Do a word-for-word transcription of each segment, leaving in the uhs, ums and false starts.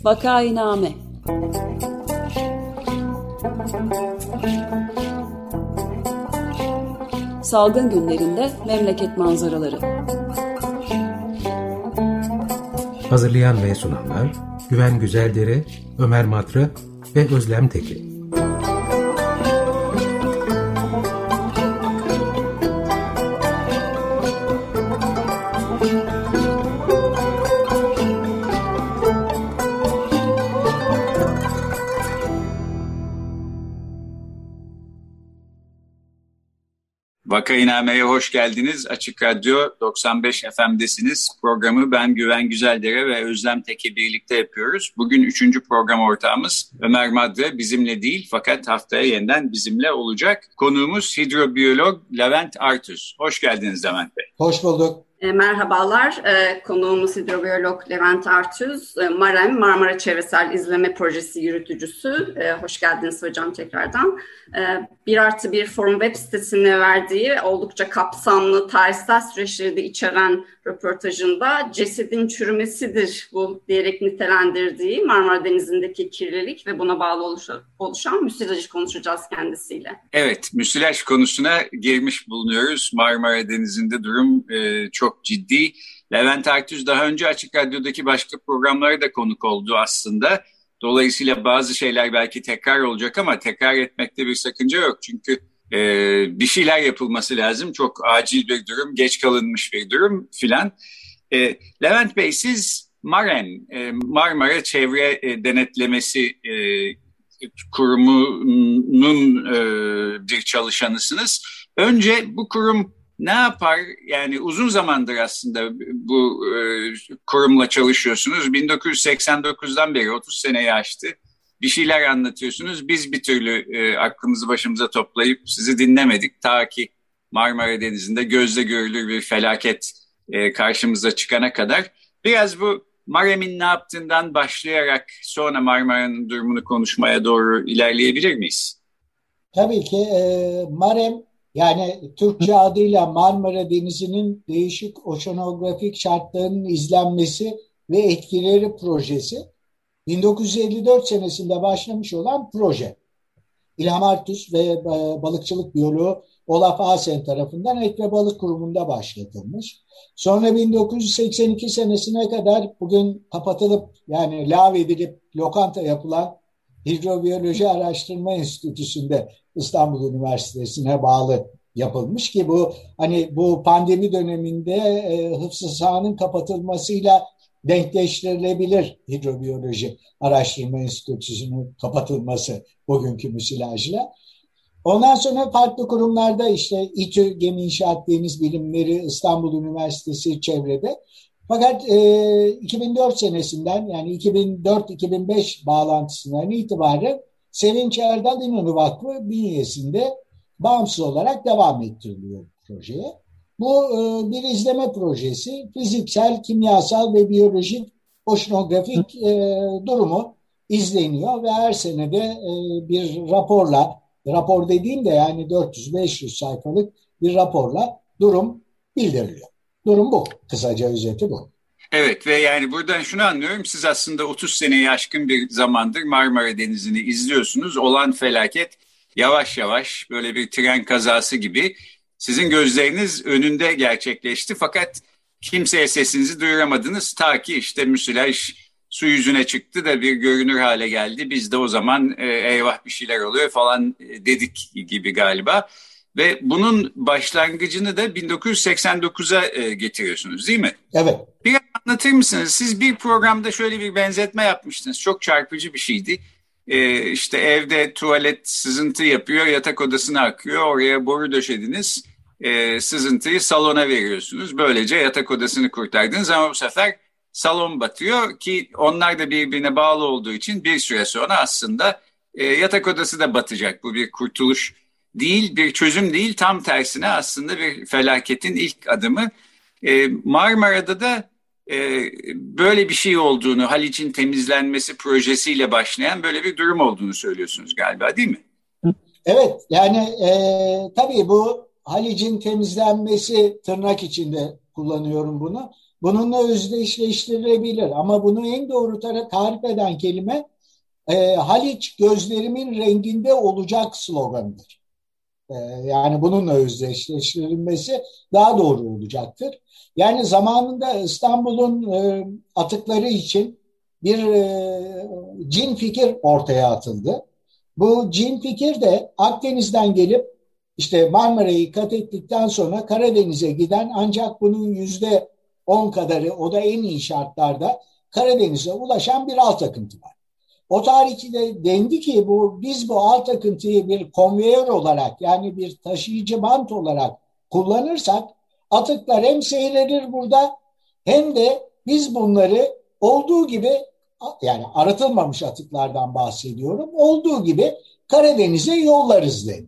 Vakainame. Salgın günlerinde memleket manzaraları. Hazırlayan ve sunanlar Güven Güzeldere, Ömer Madra ve Özlem Tekin. Vakainame'ye hoş geldiniz. Açık Radyo doksan beş F M'desiniz. Programı ben Güven Güzeldere ve Özlem Teki birlikte yapıyoruz. Bugün üçüncü program ortağımız Ömer Madre bizimle değil fakat haftaya yeniden bizimle olacak. Konuğumuz hidrobiyolog Levent Artüz. Hoş geldiniz Levent Bey. Hoş bulduk. E, merhabalar, e, konuğumuz hidrobiyolog Levent Artüz, e, MAREM, Marmara Çevresel İzleme Projesi yürütücüsü. E, hoş geldiniz hocam tekrardan. E, bir artı bir forum web sitesine verdiği oldukça kapsamlı tarihsel süreçleri de içeren röportajında cesedin çürümesidir bu diyerek nitelendirdiği Marmara Denizi'ndeki kirlilik ve buna bağlı oluşan, oluşan müsilajı konuşacağız kendisiyle. Evet, müsilaj konusuna girmiş bulunuyoruz. Marmara Denizi'nde durum e, çok Çok ciddi. Levent Artüz daha önce Açık Radyo'daki başka programlara da konuk oldu aslında. Dolayısıyla bazı şeyler belki tekrar olacak ama tekrar etmekte bir sakınca yok. Çünkü e, bir şeyler yapılması lazım. Çok acil bir durum, geç kalınmış bir durum filan. E, Levent Bey, siz MAREM, e, Marmara Çevre e, Denetlemesi e, Kurumu'nun e, bir çalışanısınız. Önce bu kurum ne yapar? Yani uzun zamandır aslında bu e, kurumla çalışıyorsunuz. bin dokuz yüz seksen dokuzdan beri otuz seneyi aştı. Bir şeyler anlatıyorsunuz. Biz bir türlü e, aklımızı başımıza toplayıp sizi dinlemedik. Ta ki Marmara Denizi'nde gözle görülür bir felaket e, karşımıza çıkana kadar. Biraz bu MAREM'in ne yaptığından başlayarak sonra Marmara'nın durumunu konuşmaya doğru ilerleyebilir miyiz? Tabii ki e, MAREM, yani Türkçe adıyla Marmara Denizi'nin değişik oşanografik şartlarının izlenmesi ve etkileri projesi, bin dokuz yüz elli dört senesinde başlamış olan proje. İlham Artüz ve balıkçılık biyoloğu Olaf Asen tarafından Et ve Balık Kurumu'nda başlatılmış. Sonra bin dokuz yüz seksen iki senesine kadar bugün kapatılıp yani lağvedilip lokanta yapılan Hidrobiyoloji Araştırma Enstitüsü'nde İstanbul Üniversitesi'ne bağlı yapılmış ki bu hani bu pandemi döneminde e, hıfzı sahanın kapatılmasıyla denkleştirilebilir Hidrobiyoloji Araştırma Enstitüsü'nün kapatılması bugünkü müsilajla. Ondan sonra farklı kurumlarda işte İTÜ Gemi İnşaat Deniz Bilimleri, İstanbul Üniversitesi çevrede. Fakat e, iki bin dört senesinden yani iki bin dört iki bin beş bağlantısından itibaren Sevinç Erdal İnönü Vakfı bünyesinde bağımsız olarak devam ettiriliyor projeye. Bu e, bir izleme projesi. Fiziksel, kimyasal ve biyolojik oşinografik e, durumu izleniyor ve her senede e, bir raporla, rapor dediğim de yani dört yüz beş yüz sayfalık bir raporla durum bildiriliyor. Durum bu. Kısaca özeti bu. Evet ve yani buradan şunu anlıyorum. Siz aslında otuz seneyi aşkın bir zamandır Marmara Denizi'ni izliyorsunuz. Olan felaket yavaş yavaş böyle bir tren kazası gibi sizin gözleriniz önünde gerçekleşti. Fakat kimseye sesinizi duyuramadınız. Ta ki işte müsilaj su yüzüne çıktı da bir görünür hale geldi. Biz de o zaman e, eyvah bir şeyler oluyor falan dedik gibi galiba. Ve bunun başlangıcını da bin dokuz yüz seksen dokuza e, getiriyorsunuz değil mi? Evet. Biraz anlatır mısınız? Siz bir programda şöyle bir benzetme yapmıştınız. Çok çarpıcı bir şeydi. E, işte evde tuvalet sızıntı yapıyor, yatak odasına akıyor. Oraya boru döşediniz. E, sızıntıyı salona veriyorsunuz. Böylece yatak odasını kurtardınız ama bu sefer salon batıyor ki onlar da birbirine bağlı olduğu için bir süre sonra aslında e, yatak odası da batacak. Bu bir kurtuluş değil, bir çözüm değil, tam tersine aslında bir felaketin ilk adımı. Ee, Marmara'da da e, böyle bir şey olduğunu, Haliç'in temizlenmesi projesiyle başlayan böyle bir durum olduğunu söylüyorsunuz galiba, değil mi? Evet, yani e, tabii bu Haliç'in temizlenmesi, tırnak içinde kullanıyorum bunu. bununla özdeşleştirilebilir. Ama bunu en doğru tarif eden kelime e, Haliç gözlerimin renginde olacak sloganıdır. E, yani bununla özdeşleştirilmesi daha doğru olacaktır. Yani zamanında İstanbul'un e, atıkları için bir e, cin fikir ortaya atıldı. Bu cin fikir de Akdeniz'den gelip işte Marmara'yı kat ettikten sonra Karadeniz'e giden, ancak bunun yüzde on kadarı, o da en iyi şartlarda, Karadeniz'e ulaşan bir alt akıntı var. O tarihte dendi ki bu biz bu alt akıntıyı bir konveyör olarak, yani bir taşıyıcı bant olarak kullanırsak atıklar hem seyredir burada, hem de biz bunları olduğu gibi, yani arıtılmamış atıklardan bahsediyorum, olduğu gibi Karadeniz'e yollarız dedi.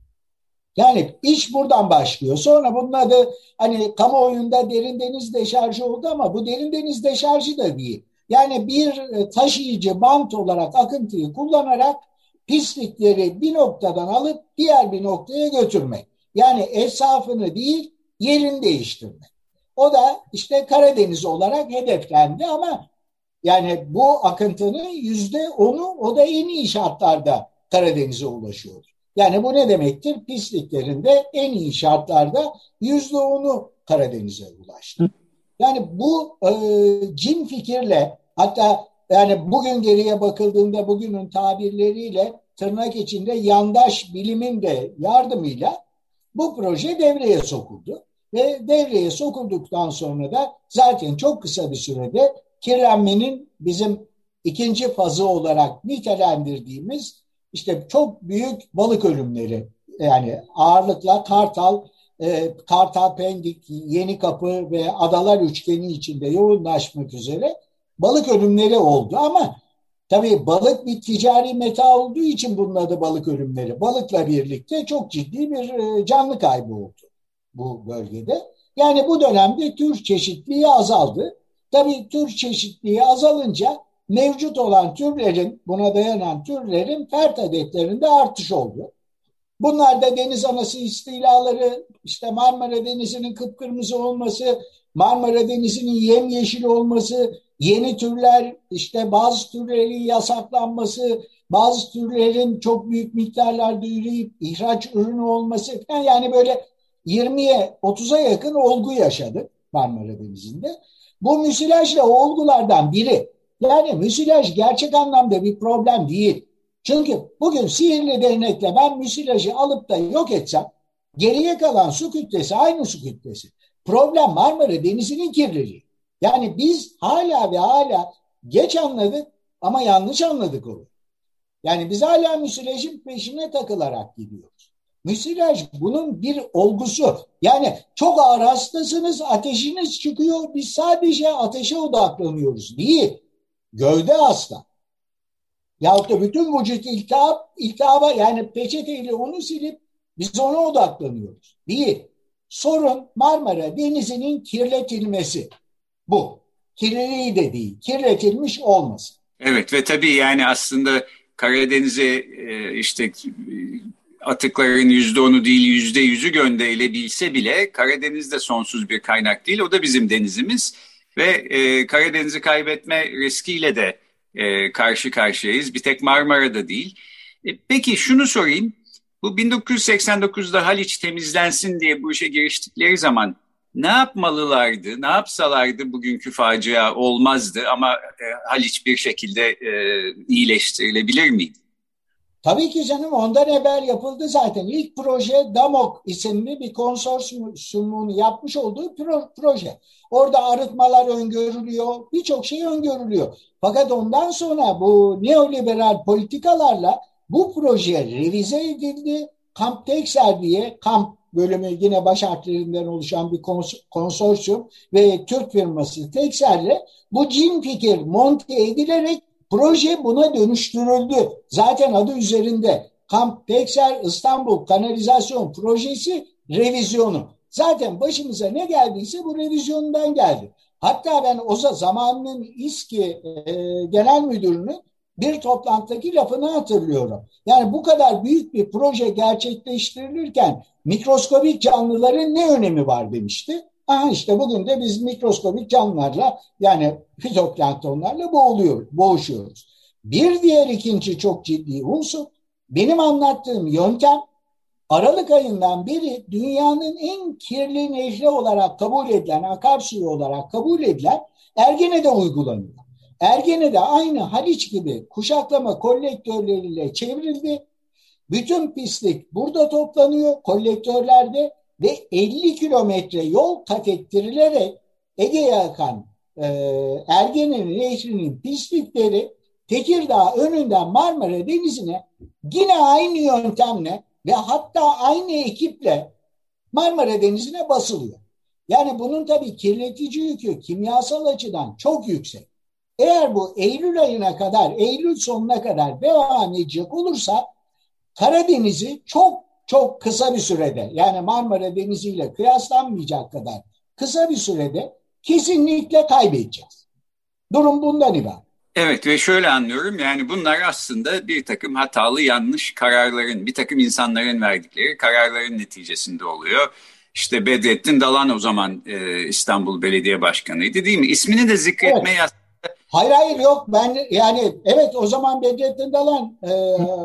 Yani iş buradan başlıyor. Sonra bunun adı hani kamuoyunda derin deniz deşarjı oldu ama bu derin deniz deşarjı da değil. Yani bir taşıyıcı bant olarak akıntıyı kullanarak pislikleri bir noktadan alıp diğer bir noktaya götürmek. Yani esafını değil, yerini değiştirmek. O da işte Karadeniz olarak hedeflendi ama yani bu akıntının yüzde onu, o da en iyi şartlarda Karadeniz'e ulaşıyor. Yani bu ne demektir? Pisliklerin de en iyi şartlarda yüzde onu Karadeniz'e ulaştı. Yani bu e, cin fikirle, hatta yani bugün geriye bakıldığında bugünün tabirleriyle tırnak içinde yandaş bilimin de yardımıyla bu proje devreye sokuldu. Ve devreye sokulduktan sonra da zaten çok kısa bir sürede kirlenmenin bizim ikinci fazı olarak nitelendirdiğimiz işte çok büyük balık ölümleri, yani ağırlıkla Kartal, e, Kartal, Pendik, Yenikapı ve Adalar Üçgeni içinde yoğunlaşmak üzere balık ölümleri oldu. Ama tabii balık bir ticari meta olduğu için bunun adı balık ölümleri. Balıkla birlikte çok ciddi bir e, canlı kaybı oldu bu bölgede. Yani bu dönemde tür çeşitliliği azaldı. Tabii tür çeşitliliği azalınca mevcut olan türlerin, buna dayanan türlerin fert adetlerinde artış oldu. Bunlar da deniz anası istilaları, işte Marmara Denizi'nin kıpkırmızı olması, Marmara Denizi'nin yemyeşil olması, yeni türler, işte bazı türlerin yasaklanması, bazı türlerin çok büyük miktarlarda üreyip ihraç ürünü olması, yani böyle yirmiye otuza yakın olgu yaşadık Marmara Denizi'nde. Bu müsilajla o olgulardan biri. Yani müsilaj gerçek anlamda bir problem değil. Çünkü bugün sihirli değnekle ben müsilajı alıp da yok etsem geriye kalan su kütlesi aynı su kütlesi. Problem Marmara Denizi'nin kirliliği. Yani biz hala ve hala geç anladık ama yanlış anladık onu. Yani biz hala müsilajın peşine takılarak gidiyoruz. Müsilaj bunun bir olgusu. Yani çok ağır hastasınız, ateşiniz çıkıyor, biz sadece ateşe odaklanıyoruz. Değil. Gövde hasta. Yahut da bütün vücut iltihap, iltihaba, yani peçeteyle onu silip biz ona odaklanıyoruz. Değil. Sorun Marmara Denizi'nin kirletilmesi. Bu. Kirliliği de değil. Kirletilmiş olması. Evet ve tabii yani aslında Karadeniz'e işte atıkların yüzde onu değil yüzde yüzü gönderilebilse bile Karadeniz de sonsuz bir kaynak değil. O da bizim denizimiz ve e, Karadeniz'i kaybetme riskiyle de e, karşı karşıyayız. Bir tek Marmara'da değil. E, peki şunu sorayım. Bu bin dokuz yüz seksen dokuzda Haliç temizlensin diye bu işe giriştikleri zaman ne yapmalılardı? Ne yapsalardı bugünkü facia olmazdı ama e, Haliç bir şekilde e, iyileştirilebilir miydi? Tabii ki canım, ondan evvel yapıldı zaten. İlk proje DAMOK isimli bir konsorsiyumun yapmış olduğu pro- proje. Orada arıtmalar öngörülüyor, birçok şey öngörülüyor. Fakat ondan sonra bu neoliberal politikalarla bu proje revize edildi. Kamp Texel diye, kamp bölümü yine baş harflerinden oluşan bir kons- konsorsiyum ve Türk firması Texel'le bu cin fikir monte edilerek proje buna dönüştürüldü. Zaten adı üzerinde. Kamp Texel İstanbul Kanalizasyon Projesi revizyonu. Zaten başımıza ne geldiyse bu revizyondan geldi. Hatta ben o zamanın İSKİ e, Genel Müdürü'nün bir toplantıdaki lafını hatırlıyorum. Yani bu kadar büyük bir proje gerçekleştirilirken mikroskobik canlıların ne önemi var demişti. Aha işte bugün de biz mikroskobik canlılarla yani fitoplanktonlarla boğuluyoruz, boğuşuyoruz. Bir diğer ikinci çok ciddi unsur benim anlattığım yöntem Aralık ayından beri dünyanın en kirli nehri olarak kabul edilen, akarsuyu olarak kabul edilen Ergene'de uygulanıyor. Ergene'de aynı Haliç gibi kuşaklama kolektörleriyle çevrildi. Bütün pislik burada toplanıyor kolektörlerde ve elli kilometre yol kat ettirilerek Ege'ye akan e, Ergene Nehri'nin pislikleri Tekirdağ önünden Marmara Denizi'ne yine aynı yöntemle ve hatta aynı ekiple Marmara Denizi'ne basılıyor. Yani bunun tabii kirletici yükü kimyasal açıdan çok yüksek. Eğer bu Eylül ayına kadar, Eylül sonuna kadar devam edecek olursa Karadeniz'i çok çok kısa bir sürede, yani Marmara Denizi ile kıyaslanmayacak kadar kısa bir sürede kesinlikle kaybedeceğiz. Durum bundan ibaret. Evet ve şöyle anlıyorum, yani bunlar aslında bir takım hatalı yanlış kararların, bir takım insanların verdikleri kararların neticesinde oluyor. İşte Bedrettin Dalan o zaman e, İstanbul Belediye Başkanı'ydı değil mi? İsmini de zikretmeye evet. Hayır hayır yok ben yani evet o zaman Bedrettin Dalan e,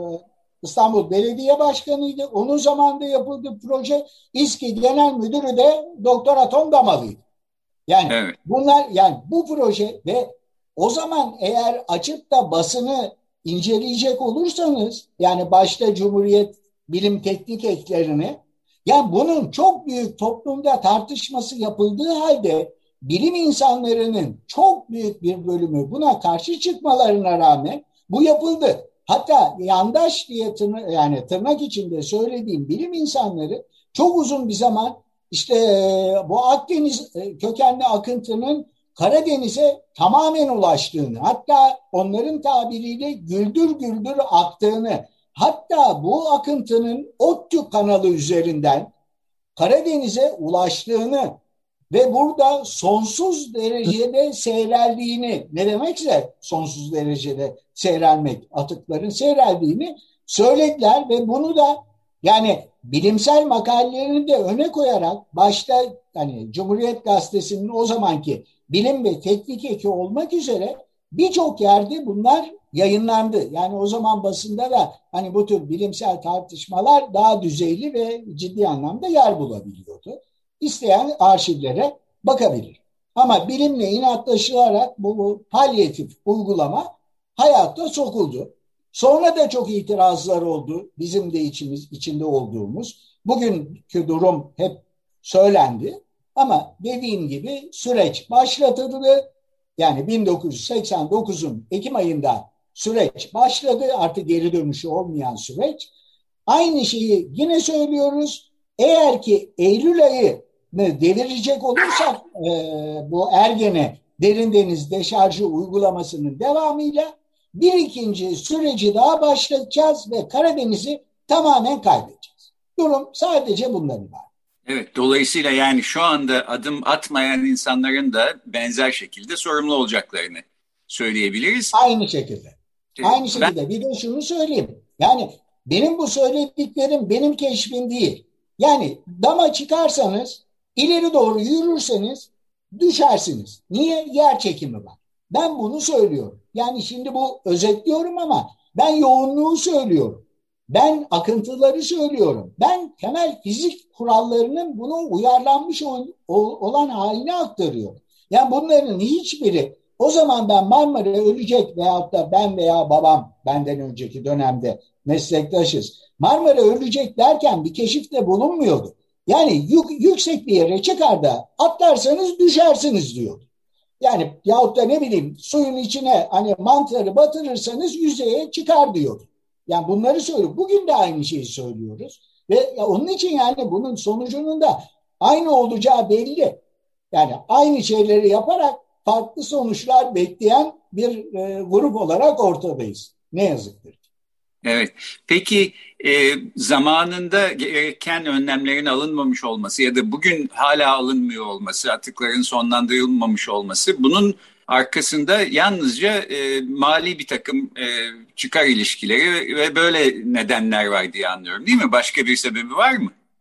İstanbul Belediye Başkanı'ydı. Onun zamanında yapıldığı proje İSKİ Genel Müdürü de Doktor Atom Damalı'ydı. Yani evet. bunlar yani bu proje ve o zaman eğer açıp da basını inceleyecek olursanız yani başta Cumhuriyet bilim teknik eklerini yani bunun çok büyük toplumda tartışması yapıldığı halde bilim insanlarının çok büyük bir bölümü buna karşı çıkmalarına rağmen bu yapıldı. Hatta yandaş diye tırnak, yani tırnak içinde söylediğim bilim insanları çok uzun bir zaman işte bu Akdeniz kökenli akıntının Karadeniz'e tamamen ulaştığını, hatta onların tabiriyle güldür güldür aktığını, hatta bu akıntının ODTÜ kanalı üzerinden Karadeniz'e ulaştığını ve burada sonsuz derecede seyreldiğini, ne demekse sonsuz derecede seyrelmek, atıkların seyreldiğini söylediler ve bunu da yani bilimsel makalelerini de öne koyarak başta hani Cumhuriyet Gazetesi'nin o zamanki bilim ve teknik eki olmak üzere birçok yerde bunlar yayınlandı. Yani o zaman basında da hani bu tür bilimsel tartışmalar daha düzeyli ve ciddi anlamda yer bulabiliyordu. İsteyen arşivlere bakabilir. Ama bilimle inatlaşılarak bu, bu palyatif uygulama hayatta sokuldu. Sonra da çok itirazlar oldu. Bizim de içimiz, içinde olduğumuz. Bugünkü durum hep söylendi. Ama dediğim gibi süreç başlatıldı. Yani bin dokuz yüz seksen dokuzun Ekim ayında süreç başladı. Artık geri dönüşü olmayan süreç. Aynı şeyi yine söylüyoruz. Eğer ki Eylül ayı devirecek olursak e, bu Ergene derin deniz deşarjı uygulamasının devamıyla bir ikinci süreci daha başlatacağız ve Karadeniz'i tamamen kaybedeceğiz. Durum sadece bundan ibaret. Evet, dolayısıyla yani şu anda adım atmayan insanların da benzer şekilde sorumlu olacaklarını söyleyebiliriz. Aynı şekilde. Aynı şekilde. Ben... Bir de şunu söyleyeyim. Yani benim bu söylediklerim benim keşfim değil. Yani dama çıkarsanız, ileri doğru yürürseniz düşersiniz. Niye? Yer çekimi var. Ben bunu söylüyorum. Yani şimdi bu özetliyorum ama ben yoğunluğu söylüyorum. Ben akıntıları söylüyorum. Ben temel fizik kurallarının buna uyarlanmış olan haline aktarıyorum. Yani bunların hiçbiri o zaman ben Marmara ölecek veyahut da ben veya babam benden önceki dönemde meslektaşız. Marmara ölecek derken bir keşifte bulunmuyordu. Yani yük, yüksek bir yere çıkar da atlarsanız düşersiniz diyordu. Yani yahut da ne bileyim suyun içine hani mantarı batırırsanız yüzeye çıkar diyordu. Yani bunları söylüyor. Bugün de aynı şeyi söylüyoruz. Ve ya onun için yani bunun sonucunun da aynı olacağı belli. Yani aynı şeyleri yaparak farklı sonuçlar bekleyen bir e, grup olarak ortadayız. Ne yazıktır. Evet. Peki e, zamanında gereken önlemlerin alınmamış olması ya da bugün hala alınmıyor olması, atıkların sonlandırılmamış olması, bunun arkasında yalnızca e, mali bir takım e, çıkar ilişkileri ve böyle nedenler var diye anlıyorum, değil mi? Başka bir sebebi var mı?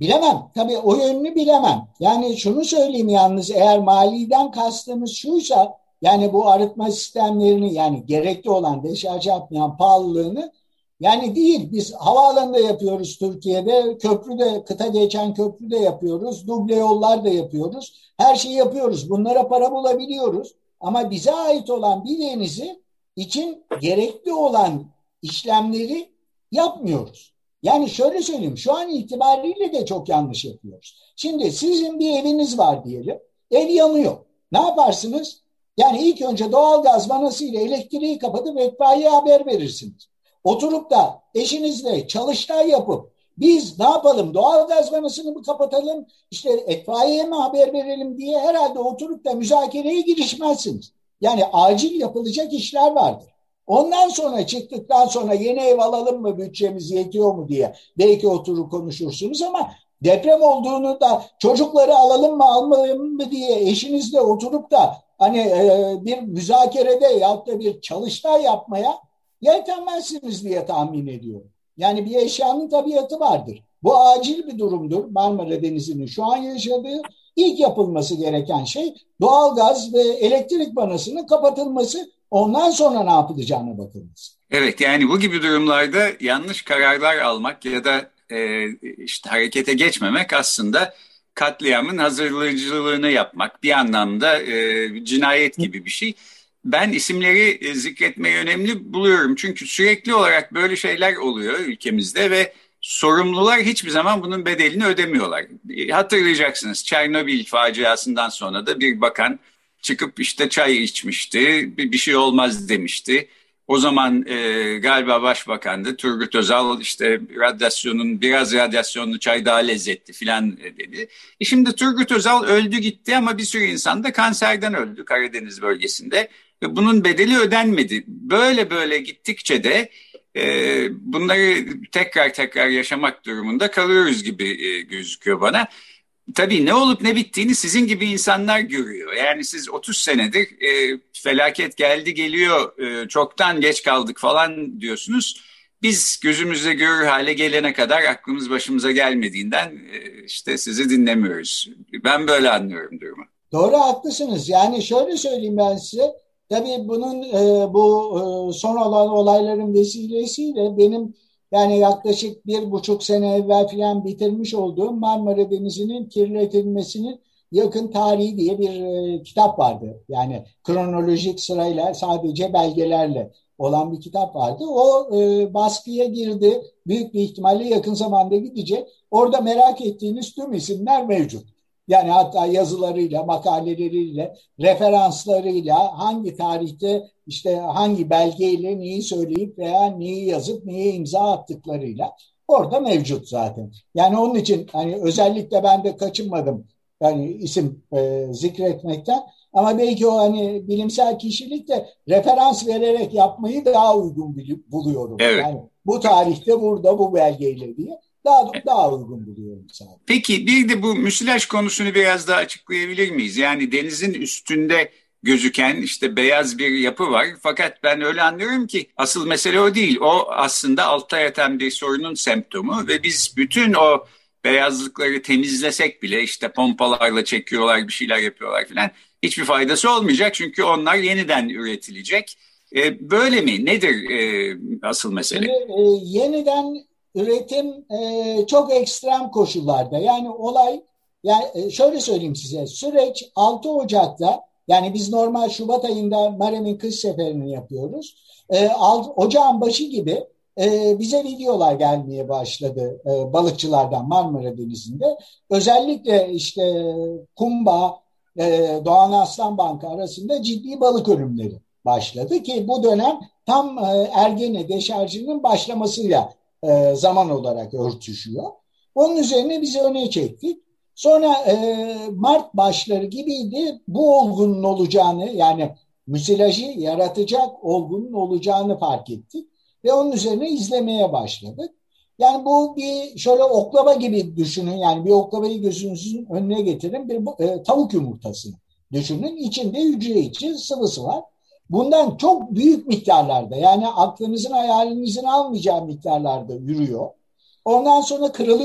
Bilemem. Tabii o yönünü bilemem. Yani şunu söyleyeyim yalnız, eğer maliden kastımız şuysa, yani bu arıtma sistemlerini, yani gerekli olan deşarj yapmayan pahalılığını, yani değil, biz havaalanında yapıyoruz Türkiye'de, köprüde, kıta geçen köprüde yapıyoruz, duble yollar da yapıyoruz, her şeyi yapıyoruz, bunlara para bulabiliyoruz ama bize ait olan bir denizi için gerekli olan işlemleri yapmıyoruz. Yani şöyle söyleyeyim, şu an itibariyle de çok yanlış yapıyoruz. Şimdi sizin bir eviniz var diyelim, ev yanıyor. Ne yaparsınız? Yani ilk önce doğalgaz vanasıyla elektriği kapatıp itfaiyeye haber verirsiniz. Oturup da eşinizle çalıştay yapıp biz ne yapalım, doğalgaz vanasını mı kapatalım, işte itfaiyeye mi haber verelim diye herhalde oturup da müzakereye girişmezsiniz. Yani acil yapılacak işler vardır. Ondan sonra çıktıktan sonra yeni ev alalım mı, bütçemiz yetiyor mu diye belki oturup konuşursunuz ama deprem olduğunu da çocukları alalım mı almayalım mı diye eşinizle oturup da hani e, bir müzakerede ya da bir çalıştay yapmaya yeltenmezsiniz diye tahmin ediyorum. Yani bir eşyanın tabiatı vardır. Bu acil bir durumdur. Marmara Denizi'nin şu an yaşadığı, ilk yapılması gereken şey doğalgaz ve elektrik vanasının kapatılması. Ondan sonra ne yapılacağına bakılması. Evet, yani bu gibi durumlarda yanlış kararlar almak ya da e, işte harekete geçmemek aslında katliamın hazırlayıcılığını yapmak, bir anlamda e, cinayet gibi bir şey. Ben isimleri e, zikretmeyi önemli buluyorum çünkü sürekli olarak böyle şeyler oluyor ülkemizde ve sorumlular hiçbir zaman bunun bedelini ödemiyorlar. E, hatırlayacaksınız, Çernobil faciasından sonra da bir bakan çıkıp işte çay içmişti, bir, bir şey olmaz demişti. O zaman e, galiba başbakandı Turgut Özal, işte radyasyonun, biraz radyasyonlu çay daha lezzetli filan dedi. E şimdi Turgut Özal öldü gitti ama bir sürü insan da kanserden öldü Karadeniz bölgesinde. Ve bunun bedeli ödenmedi. Böyle böyle gittikçe de e, bunları tekrar tekrar yaşamak durumunda kalıyoruz gibi e, gözüküyor bana. Tabii ne olup ne bittiğini sizin gibi insanlar görüyor. Yani siz otuz senedir e, felaket geldi geliyor, e, çoktan geç kaldık falan diyorsunuz. Biz gözümüzde görür hale gelene kadar aklımız başımıza gelmediğinden e, işte sizi dinlemiyoruz. Ben böyle anlıyorum durumu. Doğru, haklısınız. Yani şöyle söyleyeyim ben size. Tabii bunun e, bu e, son olan olayların vesilesiyle benim yani yaklaşık bir buçuk sene evvel falan bitirmiş olduğum Marmara Denizi'nin kirletilmesinin yakın tarihi diye bir e, kitap vardı. Yani kronolojik sırayla, sadece belgelerle olan bir kitap vardı. O e, baskıya girdi. Büyük bir ihtimalle yakın zamanda gidecek. Orada merak ettiğiniz tüm isimler mevcut. Yani hatta yazılarıyla, makaleleriyle, referanslarıyla, hangi tarihte işte hangi belgeyle neyi söyleyip veya neyi yazıp neye imza attıklarıyla orada mevcut zaten. Yani onun için hani özellikle ben de kaçınmadım yani isim e, zikretmekten, ama belki o hani bilimsel kişilikle referans vererek yapmayı daha uygun buluyorum. Evet. Yani bu tarihte burada bu belgeyle diye. Daha, daha uygun buluyorum sadece. Peki bir de bu müsilaj konusunu biraz daha açıklayabilir miyiz? Yani denizin üstünde gözüken işte beyaz bir yapı var. Fakat ben öyle anlıyorum ki asıl mesele o değil. O aslında altta yatan bir sorunun semptomu ve biz bütün o beyazlıkları temizlesek bile, işte pompalarla çekiyorlar, bir şeyler yapıyorlar filan, hiçbir faydası olmayacak. Çünkü onlar yeniden üretilecek. Ee, böyle mi? Nedir e, asıl mesele? Şimdi, e, yeniden üretim e, çok ekstrem koşullarda. Yani olay, yani şöyle söyleyeyim size, süreç altı Ocak'ta, yani biz normal Şubat ayında Marem'in kış seferini yapıyoruz. E, Ocağın başı gibi e, bize videolar gelmeye başladı e, balıkçılardan Marmara Denizi'nde. Özellikle işte Kumba, e, Doğan Aslan Banka arasında ciddi balık ölümleri başladı ki bu dönem tam e, Ergene deşarjının başlamasıyla E, zaman olarak örtüşüyor. Onun üzerine bizi öne çektik. Sonra e, Mart başları gibiydi, bu olgunun olacağını, yani müsilajı yaratacak olgunun olacağını fark ettik ve onun üzerine izlemeye başladık. Yani bu bir şöyle oklava gibi düşünün, yani bir oklavayı gözünüzün önüne getirin, bir e, tavuk yumurtasını düşünün, içinde hücre içi sıvısı var. Bundan çok büyük miktarlarda, yani aklınızın hayalinizin almayacağı miktarlarda yürüyor. Ondan sonra kırılıyor.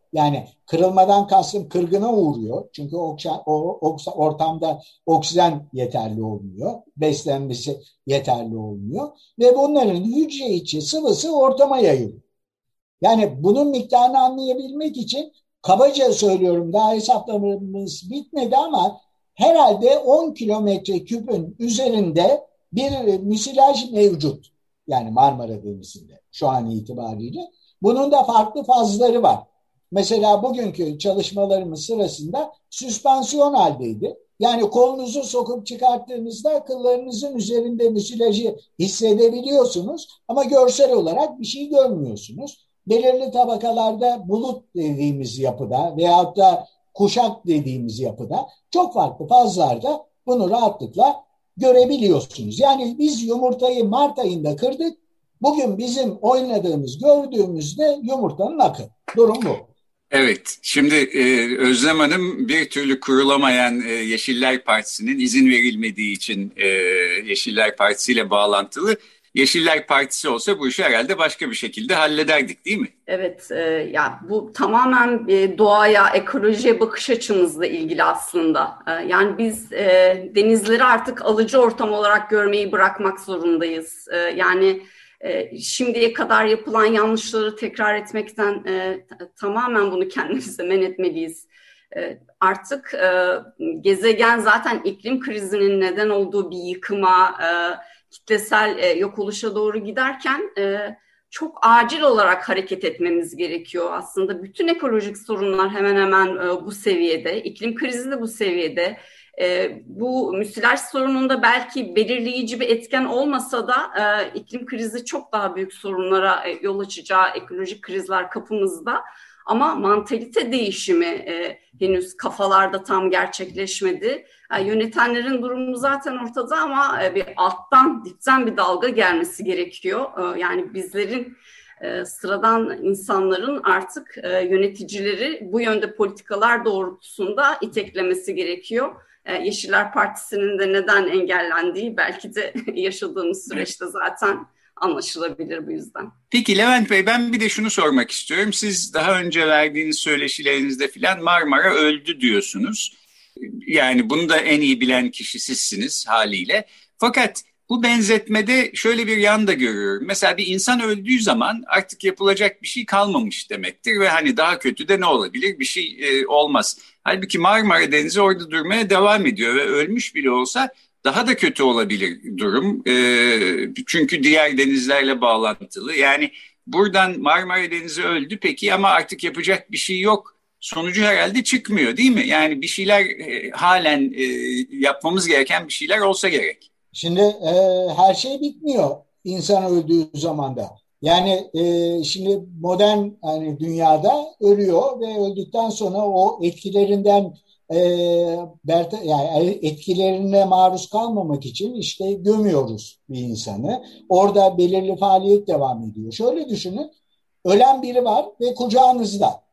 Yani kırılmadan kastım kırgına uğruyor. Çünkü oksa, o, oksa, ortamda oksijen yeterli olmuyor. Beslenmesi yeterli olmuyor. Ve bunların hücre içi sıvısı ortama yayılıyor. Yani bunun miktarını anlayabilmek için kabaca söylüyorum, daha hesaplamamız bitmedi ama herhalde on kilometre küpün üzerinde bir müsilaj mevcut. Yani Marmara Denizi'nde şu an itibariyle. Bunun da farklı fazları var. Mesela bugünkü çalışmalarımız sırasında süspansiyon haldeydi. Yani kolunuzu sokup çıkarttığınızda kıllarınızın üzerinde müsilajı hissedebiliyorsunuz ama görsel olarak bir şey görmüyorsunuz. Belirli tabakalarda bulut dediğimiz yapıda veyahut da kuşak dediğimiz yapıda çok farklı fazlarda bunu rahatlıkla görebiliyorsunuz. Yani biz yumurtayı Mart ayında kırdık. Bugün bizim oynadığımız, gördüğümüzde yumurtanın akı. Durum bu. Evet, şimdi e, Özlem Hanım bir türlü kurulamayan e, Yeşiller Partisi'nin izin verilmediği için e, Yeşiller Partisi ile bağlantılı. Yeşiller Partisi olsa bu işi herhalde başka bir şekilde hallederdik, değil mi? Evet, e, ya bu tamamen e, doğaya, ekolojiye bakış açımızla ilgili aslında. E, yani biz e, denizleri artık alıcı ortam olarak görmeyi bırakmak zorundayız. E, yani e, şimdiye kadar yapılan yanlışları tekrar etmekten e, t- tamamen bunu kendimize men etmeliyiz. E, artık e, gezegen zaten iklim krizinin neden olduğu bir yıkıma, e, kitlesel e, yok oluşa doğru giderken e, çok acil olarak hareket etmemiz gerekiyor. Aslında bütün ekolojik sorunlar hemen hemen e, bu seviyede, iklim krizi de bu seviyede. E, bu müsilaj sorununda belki belirleyici bir etken olmasa da e, iklim krizi çok daha büyük sorunlara e, yol açacağı ekolojik krizler kapımızda. Ama mantalite değişimi e, henüz kafalarda tam gerçekleşmedi. Yani yönetenlerin durumu zaten ortada ama e, bir alttan, dipten bir dalga gelmesi gerekiyor. E, yani bizlerin, e, sıradan insanların artık e, yöneticileri bu yönde politikalar doğrultusunda iteklemesi gerekiyor. E, Yeşiller Partisi'nin de neden engellendiği belki de yaşadığımız süreçte zaten anlaşılabilir bu yüzden. Peki Levent Bey, ben bir de şunu sormak istiyorum. Siz daha önce verdiğiniz söyleşilerinizde filan Marmara öldü diyorsunuz. Yani bunu da en iyi bilen kişi sizsiniz haliyle. Fakat bu benzetmede şöyle bir yan da görüyorum. Mesela bir insan öldüğü zaman artık yapılacak bir şey kalmamış demektir ve hani daha kötü de ne olabilir? Bir şey e, olmaz. Halbuki Marmara Denizi orada durmaya devam ediyor ve ölmüş bile olsa daha da kötü olabilir durum. E, çünkü diğer denizlerle bağlantılı. Yani buradan Marmara Denizi öldü peki ama artık yapacak bir şey yok. Sonucu herhalde çıkmıyor, değil mi? Yani bir şeyler e, halen e, yapmamız gereken bir şeyler olsa gerek. Şimdi e, her şey bitmiyor insan öldüğü zaman da. Yani e, şimdi modern hani dünyada ölüyor ve öldükten sonra o etkilerinden e, berte, yani etkilerine maruz kalmamak için işte gömüyoruz bir insanı. Orada belirli faaliyet devam ediyor. Şöyle düşünün, ölen biri var ve kucağınızda.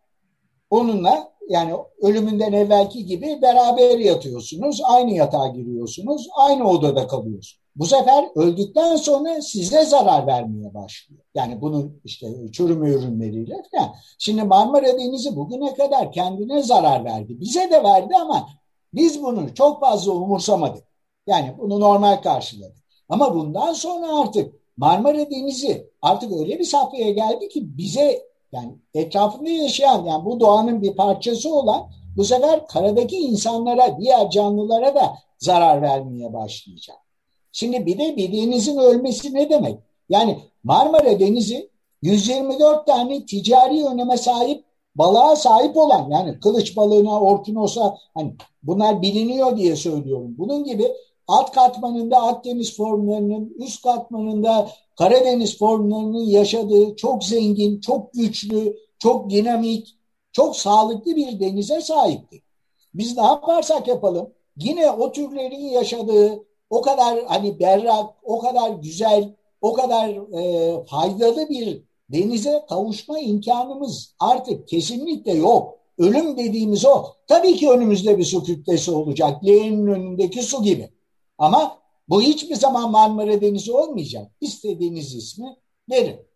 Onunla yani ölümünden evvelki gibi beraber yatıyorsunuz, aynı yatağa giriyorsunuz, aynı odada kalıyorsunuz. Bu sefer öldükten sonra size zarar vermeye başlıyor. Yani bunun işte çürüme ürünleriyle falan. Şimdi Marmara Denizi bugüne kadar kendine zarar verdi. Bize de verdi ama biz bunu çok fazla umursamadık. Yani bunu normal karşıladık. Ama bundan sonra artık Marmara Denizi artık öyle bir safhaya geldi ki bize, yani etrafında yaşayan, yani bu doğanın bir parçası olan, bu sefer karadaki insanlara, diğer canlılara da zarar vermeye başlayacak. Şimdi bir de bir denizin ölmesi ne demek? Yani Marmara Denizi yüz yirmi dört tane ticari öneme sahip balığa sahip olan, yani kılıç balığına, orkinosa, hani bunlar biliniyor diye söylüyorum. Bunun gibi alt katmanında Akdeniz formlarının, üst katmanında Karadeniz formlarının yaşadığı çok zengin, çok güçlü, çok dinamik, çok sağlıklı bir denize sahiptik. Biz ne yaparsak yapalım yine o türlerin yaşadığı o kadar hani berrak, o kadar güzel, o kadar e, faydalı bir denize kavuşma imkanımız artık kesinlikle yok. Ölüm dediğimiz o. Tabii ki önümüzde bir su kütlesi olacak. Leğenin önündeki su gibi. Ama bu hiçbir zaman Marmara Denizi olmayacak. İstediğiniz ismi verin.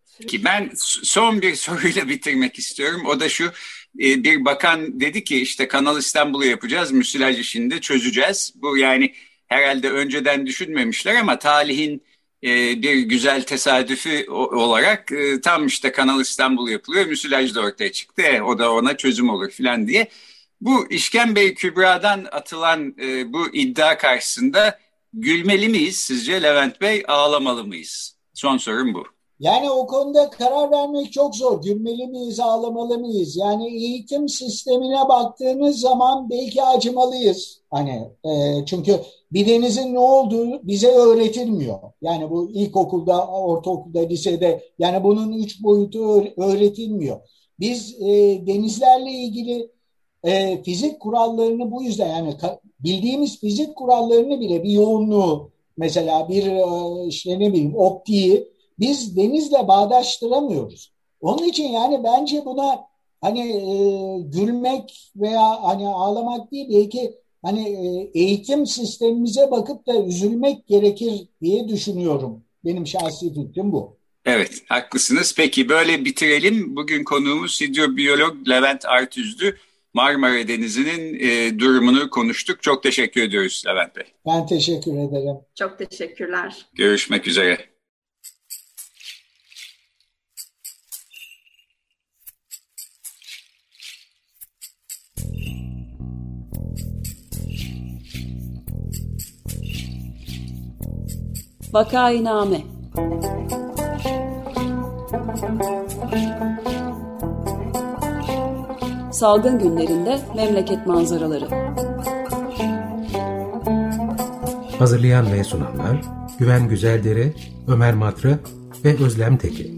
Ki ben son bir soruyla bitirmek istiyorum. O da şu, bir bakan dedi ki işte Kanal İstanbul'u yapacağız, müsilaj işini de çözeceğiz. Bu yani herhalde önceden düşünmemişler ama talihin bir güzel tesadüfü olarak tam işte Kanal İstanbul yapılıyor, müsilaj da ortaya çıktı. E, o da ona çözüm olur falan diye. Bu İşkembe Kübra'dan atılan bu iddia karşısında gülmeli miyiz sizce Levent Bey, ağlamalı mıyız? Son sorum bu. Yani o konuda karar vermek çok zor. Gülmeli miyiz, ağlamalı mıyız? Yani eğitim sistemine baktığınız zaman belki acımalıyız. Hani e, çünkü bir denizin ne olduğu bize öğretilmiyor. Yani bu ilkokulda, ortaokulda, lisede yani bunun üç boyutu öğretilmiyor. Biz e, denizlerle ilgili e, fizik kurallarını bu yüzden yani bildiğimiz fizik kurallarını bile bir yoğunluğu mesela bir e, işte ne bileyim optiği biz denizle bağdaştıramıyoruz. Onun için yani bence buna hani e, gülmek veya hani ağlamak değil belki hani e, eğitim sistemimize bakıp da üzülmek gerekir diye düşünüyorum. Benim şahsi fikrim bu. Evet, haklısınız. Peki böyle bitirelim. Bugün konuğumuz hidrobiyolog Levent Artüz'dü. Marmara Denizi'nin e, durumunu konuştuk. Çok teşekkür ediyoruz Levent Bey. Ben teşekkür ederim. Çok teşekkürler. Görüşmek üzere. Vakainame. Salgın günlerinde memleket manzaraları. Hazırlayan ve sunanlar Güven Güzeldere, Ömer Matra ve Özlem Tekin.